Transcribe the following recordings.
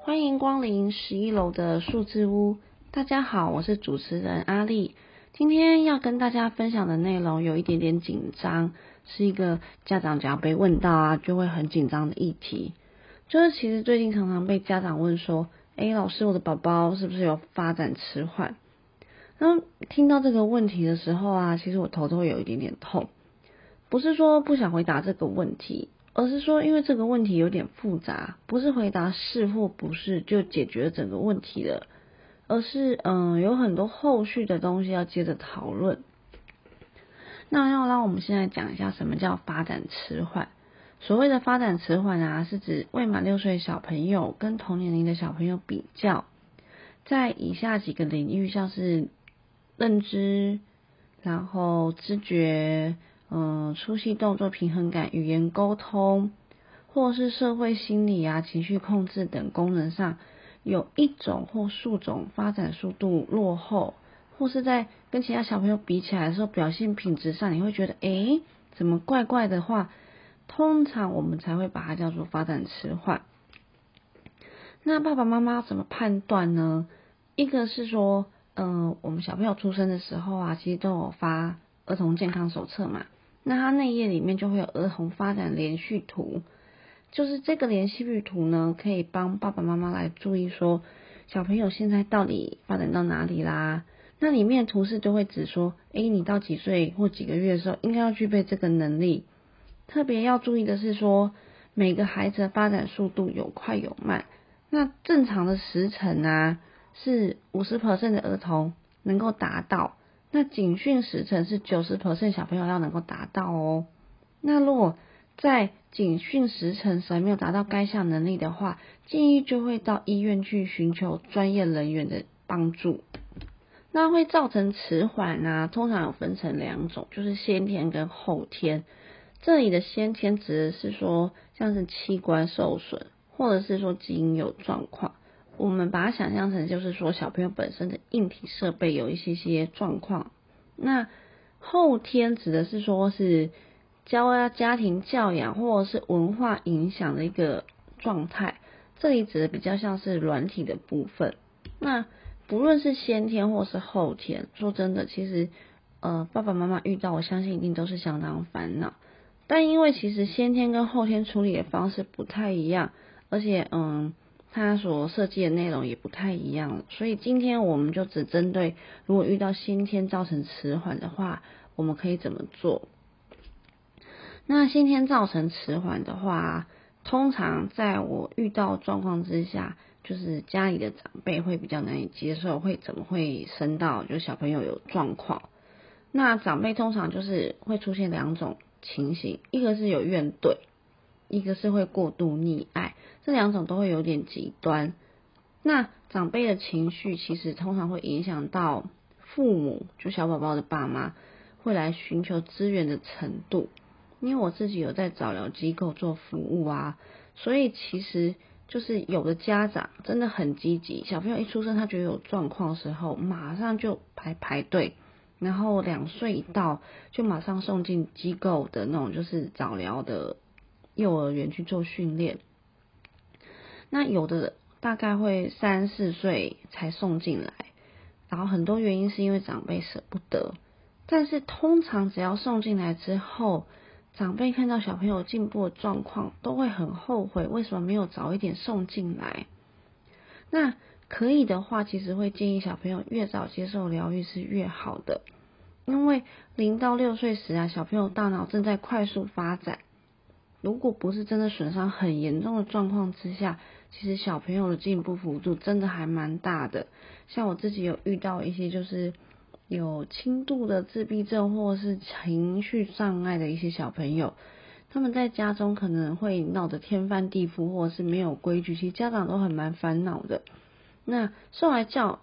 欢迎光临11楼的数字屋。大家好，我是主持人阿丽。今天要跟大家分享的内容有一点点紧张，是一个家长只要被问到就会很紧张的议题。就是其实最近常常被家长问说，老师，我的宝宝是不是有发展迟缓？然后听到这个问题的时候其实我头都会有一点点痛。不是说不想回答这个问题，而是说因为这个问题有点复杂，不是回答是或不是就解决整个问题了，而是有很多后续的东西要接着讨论。那要让我们现在讲一下什么叫发展迟缓。所谓的发展迟缓是指未满6岁小朋友跟同年龄的小朋友比较，在以下几个领域，像是认知，然后知觉，粗细动作平衡感、语言沟通，或是社会心理情绪控制等功能上，有一种或数种发展速度落后，或是在跟其他小朋友比起来的时候，表现品质上你会觉得怎么怪怪的话，通常我们才会把它叫做发展迟缓。那爸爸妈妈要怎么判断呢？一个是说我们小朋友出生的时候其实都有发儿童健康手册嘛，那它内页里面就会有儿童发展连续图，就是这个连续图呢，可以帮爸爸妈妈来注意说小朋友现在到底发展到哪里啦。那里面的图示就会指说你到几岁或几个月的时候应该要具备这个能力。特别要注意的是说，每个孩子的发展速度有快有慢，那正常的时程是 50% 的儿童能够达到，那警讯时程是 90% 小朋友要能够达到哦。那如果在警讯时程还没有达到该项能力的话，建议就会到医院去寻求专业人员的帮助。那会造成迟缓通常有分成2种，就是先天跟后天。这里的先天指的是说像是器官受损，或者是说基因有状况，我们把它想象成就是说小朋友本身的硬体设备有一些状况。那后天指的是说是家庭教养或者是文化影响的一个状态，这里指的比较像是软体的部分。那不论是先天或是后天，说真的，其实爸爸妈妈遇到，我相信一定都是相当烦恼。但因为其实先天跟后天处理的方式不太一样，而且它所设计的内容也不太一样，所以今天我们就只针对如果遇到先天造成迟缓的话，我们可以怎么做。那先天造成迟缓的话，通常在我遇到状况之下，就是家里的长辈会比较难以接受，怎么会生到就小朋友有状况。那长辈通常就是会出现2种情形，一个是有怨怼，一个是会过度溺爱，这2种都会有点极端。那长辈的情绪其实通常会影响到父母，就小宝宝的爸妈会来寻求资源的程度。因为我自己有在早疗机构做服务所以其实就是有的家长真的很积极，小朋友一出生他觉得有状况的时候，马上就排队，然后2岁一到就马上送进机构的那种就是早疗的幼儿园去做训练。那有的大概会3、4岁才送进来，然后很多原因是因为长辈舍不得，但是通常只要送进来之后，长辈看到小朋友进步的状况都会很后悔，为什么没有早一点送进来。那可以的话，其实会建议小朋友越早接受疗愈是越好的，因为0到6岁时小朋友大脑正在快速发展，如果不是真的损伤很严重的状况之下，其实小朋友的进步幅度真的还蛮大的。像我自己有遇到一些就是有轻度的自闭症或是情绪障碍的一些小朋友，他们在家中可能会闹得天翻地覆，或者是没有规矩，其实家长都很蛮烦恼的。那送来教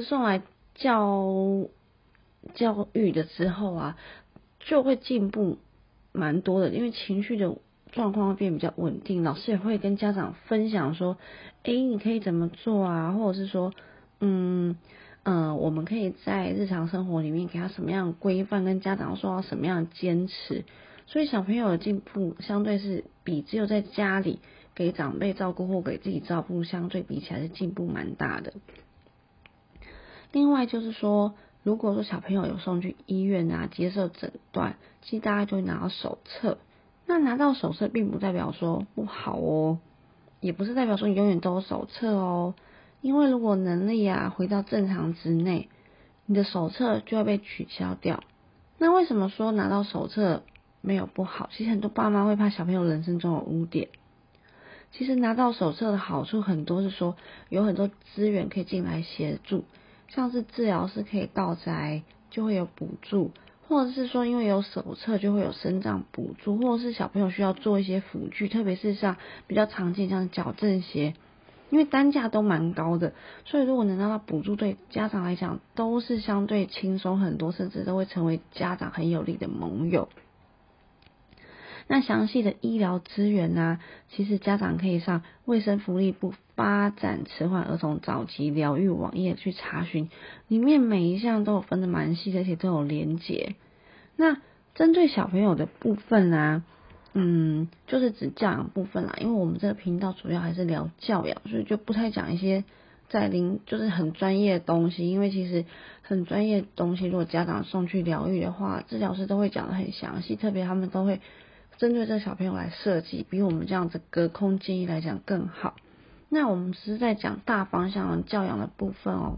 育的之后就会进步蛮多的，因为情绪的状况会变比较稳定，老师也会跟家长分享说你可以怎么做或者是说我们可以在日常生活里面给他什么样的规范，跟家长说到什么样的坚持。 所以小朋友的进步相对是比只有在家里给长辈照顾或给自己照顾相对比起来是进步蛮大的。另外就是说，如果说小朋友有送去医院啊接受诊断，其实大家就会拿到手册。那拿到手册并不代表说不好哦，也不是代表说你永远都有手册哦。因为如果能力啊回到正常之内，你的手册就会被取消掉。那为什么说拿到手册没有不好？其实很多爸妈会怕小朋友人生中有污点。其实拿到手册的好处很多，是说有很多资源可以进来协助，像是治疗师可以到宅就会有补助，或者是说因为有手册就会有生长补助，或者是小朋友需要做一些辅具，特别是像比较常见像矫正鞋，因为单价都蛮高的，所以如果能拿到补助，对家长来讲都是相对轻松很多，甚至都会成为家长很有力的盟友。那详细的医疗资源啊，其实家长可以上卫生福利部发展迟缓儿童早期疗愈网页去查询，里面每一项都有分得蛮细的，而且都有连结。那针对小朋友的部分啊，就是指教养部分啦，因为我们这个频道主要还是聊教养，所以就不太讲一些就是很专业的东西，因为其实很专业的东西，如果家长送去疗愈的话，治疗师都会讲得很详细，特别他们都会针对这个小朋友来设计，比我们这样子隔空建议来讲更好。那我们只是在讲大方向的教养的部分哦。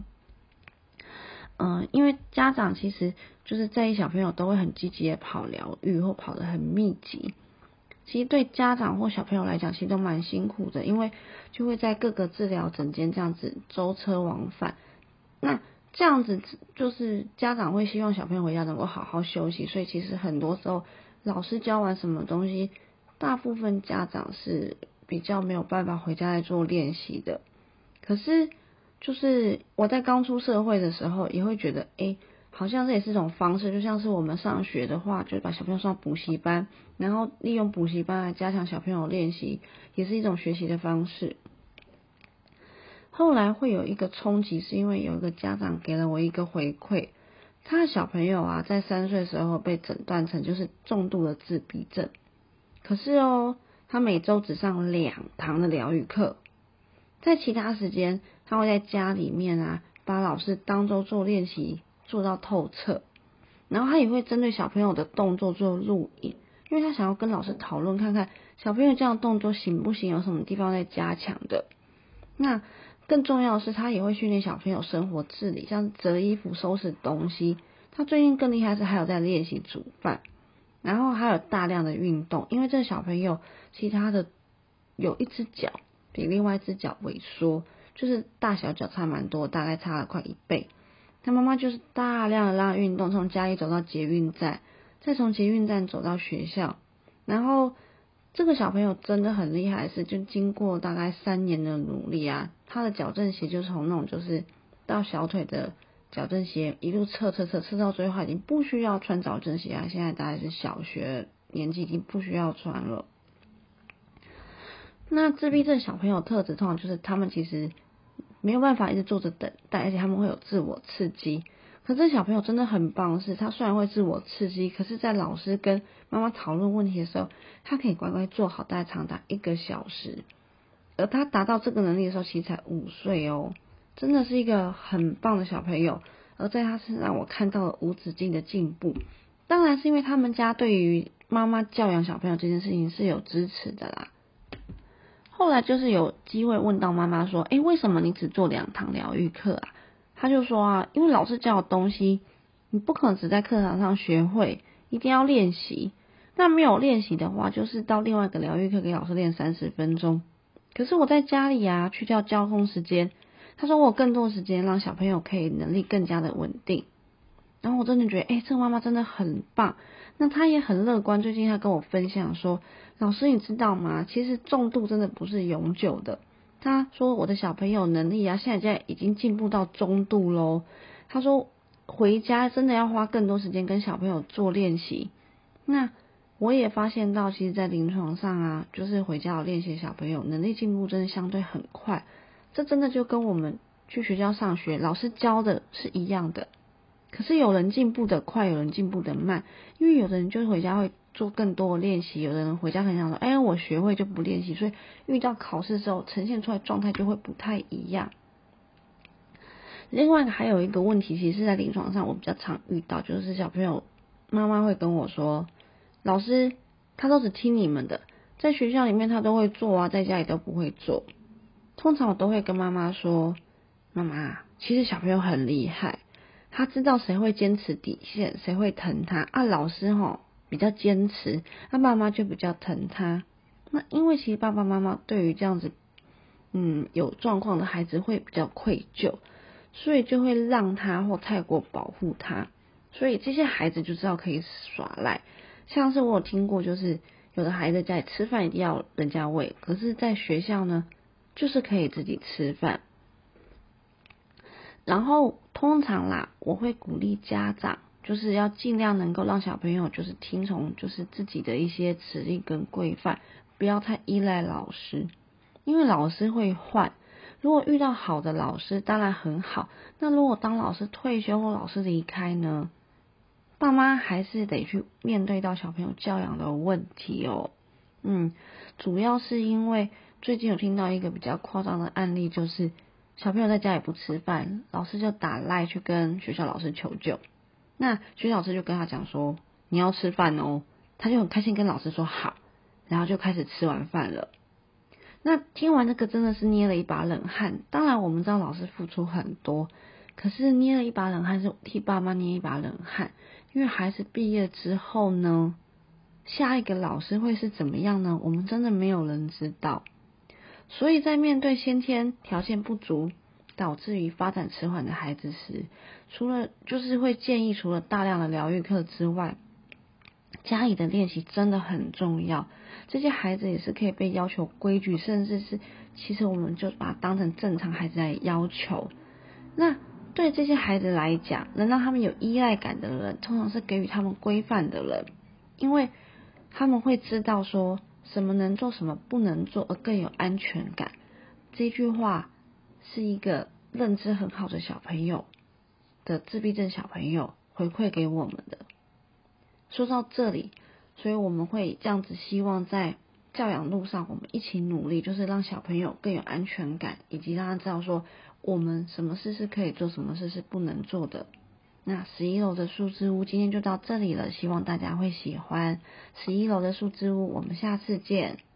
因为家长其实就是在意小朋友都会很积极的跑疗愈或跑得很密集，其实对家长或小朋友来讲其实都蛮辛苦的，因为就会在各个治疗诊间这样子舟车往返。那这样子就是家长会希望小朋友回家能够好好休息，所以其实很多时候老师教完什么东西，大部分家长是比较没有办法回家来做练习的。可是就是我在刚出社会的时候也会觉得好像这也是一种方式，就像是我们上学的话，就把小朋友送到补习班，然后利用补习班来加强小朋友练习，也是一种学习的方式。后来会有一个冲击，是因为有一个家长给了我一个回馈，他的小朋友啊，在3岁的时候被诊断成就是重度的自闭症，可是他每周只上2堂的疗愈课，在其他时间他会在家里面啊，把老师当周做练习做到透彻，然后他也会针对小朋友的动作做录影，因为他想要跟老师讨论看看小朋友这样的动作行不行，有什么地方在加强的。那更重要的是，他也会训练小朋友生活自理，像折衣服、收拾东西。他最近更厉害是还有在练习煮饭，然后还有大量的运动，因为这个小朋友其他的有一只脚比另外一只脚萎缩，就是大小脚差蛮多，大概差了快1倍。他妈妈就是大量的让他运动，从家里走到捷运站，再从捷运站走到学校，然后这个小朋友真的很厉害，是就经过大概3年的努力啊，他的矫正鞋就从那种就是到小腿的矫正鞋一路测到最后，他已经不需要穿矫正鞋啊，现在大概是小学年纪已经不需要穿了。那自闭症小朋友特质通常就是他们其实没有办法一直坐着等待，而且他们会有自我刺激。可是小朋友真的很棒的是，他虽然会自我刺激，可是在老师跟妈妈讨论问题的时候，他可以乖乖坐好，大概长达1个小时。而他达到这个能力的时候，其实才5岁哦，真的是一个很棒的小朋友。而在他身上，我看到了无止境的进步。当然是因为他们家对于妈妈教养小朋友这件事情是有支持的啦。后来就是有机会问到妈妈说，为什么你只做2堂疗愈课啊？他就说啊，因为老师教的东西，你不可能只在课堂上学会，一定要练习。那没有练习的话，就是到另外一个疗愈课给老师练30分钟。可是我在家里啊，去掉交通时间，他说我有更多时间让小朋友可以能力更加的稳定。然后我真的觉得，这个妈妈真的很棒。那她也很乐观，最近她跟我分享说，老师你知道吗？其实重度真的不是永久的。他说我的小朋友能力啊，现在已经进步到中度咯。他说回家真的要花更多时间跟小朋友做练习。那我也发现到，其实在临床上啊，就是回家有练习的小朋友能力进步真的相对很快。这真的就跟我们去学校上学老师教的是一样的。 可是有人进步的快，有人进步的慢，因为有的人就回家会做更多的练习，有的人回家很想说，我学会就不练习，所以遇到考试的时候呈现出来状态就会不太一样。另外还有一个问题，其实是在临床上我比较常遇到，就是小朋友妈妈会跟我说，老师他都只听你们的，在学校里面他都会做啊，在家里都不会做。通常我都会跟妈妈说，妈妈，其实小朋友很厉害，他知道谁会坚持底线，谁会疼他啊。老师比较坚持，那爸妈就比较疼他。那因为其实爸爸妈妈对于这样子有状况的孩子会比较愧疚，所以就会让他或太过保护他，所以这些孩子就知道可以耍赖。像是我有听过，就是有的孩子在吃饭一定要人家喂，可是在学校呢就是可以自己吃饭。然后通常啦，我会鼓励家长就是要尽量能够让小朋友就是听从就是自己的一些指令跟规范，不要太依赖老师，因为老师会换。如果遇到好的老师当然很好，那如果当老师退休或老师离开呢，爸妈还是得去面对到小朋友教养的问题哦。主要是因为最近有听到一个比较夸张的案例，就是小朋友在家里不吃饭，老师就打赖去跟学校老师求救。那学校老师就跟他讲说，你要吃饭哦，他就很开心跟老师说好，然后就开始吃完饭了。那听完这个真的是捏了一把冷汗。当然我们知道老师付出很多，可是捏了一把冷汗是替爸妈捏一把冷汗，因为孩子毕业之后呢，下一个老师会是怎么样呢？我们真的没有人知道。所以在面对先天条件不足导致于发展迟缓的孩子时，除了就是会建议除了大量的疗愈课之外，家里的练习真的很重要。这些孩子也是可以被要求规矩，甚至是其实我们就把它当成正常孩子来要求。那对这些孩子来讲，能让他们有依赖感的人，通常是给予他们规范的人，因为他们会知道说什么能做，什么不能做，而更有安全感。这句话是一个认知很好的小朋友的自闭症小朋友回馈给我们的。说到这里，所以我们会这样子希望在教养路上我们一起努力，就是让小朋友更有安全感，以及让他知道说我们什么事是可以做，什么事是不能做的。那11楼的树枝屋今天就到这里了，希望大家会喜欢。11楼的树枝屋，我们下次见。